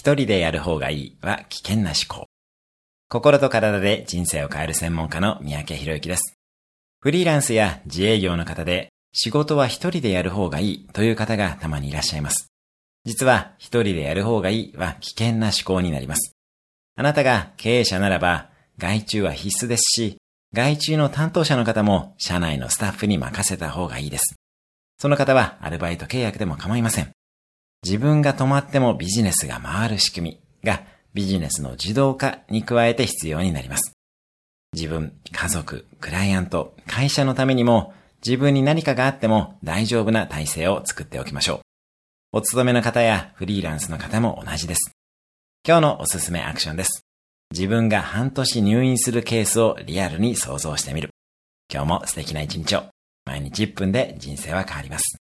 一人でやる方がいいは危険な思考。心と体で人生を変える専門家の三宅博之です。フリーランスや自営業の方で仕事は一人でやる方がいいという方がたまにいらっしゃいます。実は一人でやる方がいいは危険な思考になります。あなたが経営者ならば外注は必須ですし、外注の担当者の方も社内のスタッフに任せた方がいいです。その方はアルバイト契約でも構いません。自分が止まってもビジネスが回る仕組みがビジネスの自動化に加えて必要になります。自分、家族、クライアント、会社のためにも自分に何かがあっても大丈夫な体制を作っておきましょう。お勤めの方やフリーランスの方も同じです。今日のおすすめアクションです。自分が半年入院するケースをリアルに想像してみる。今日も素敵な一日を。毎日1分で人生は変わります。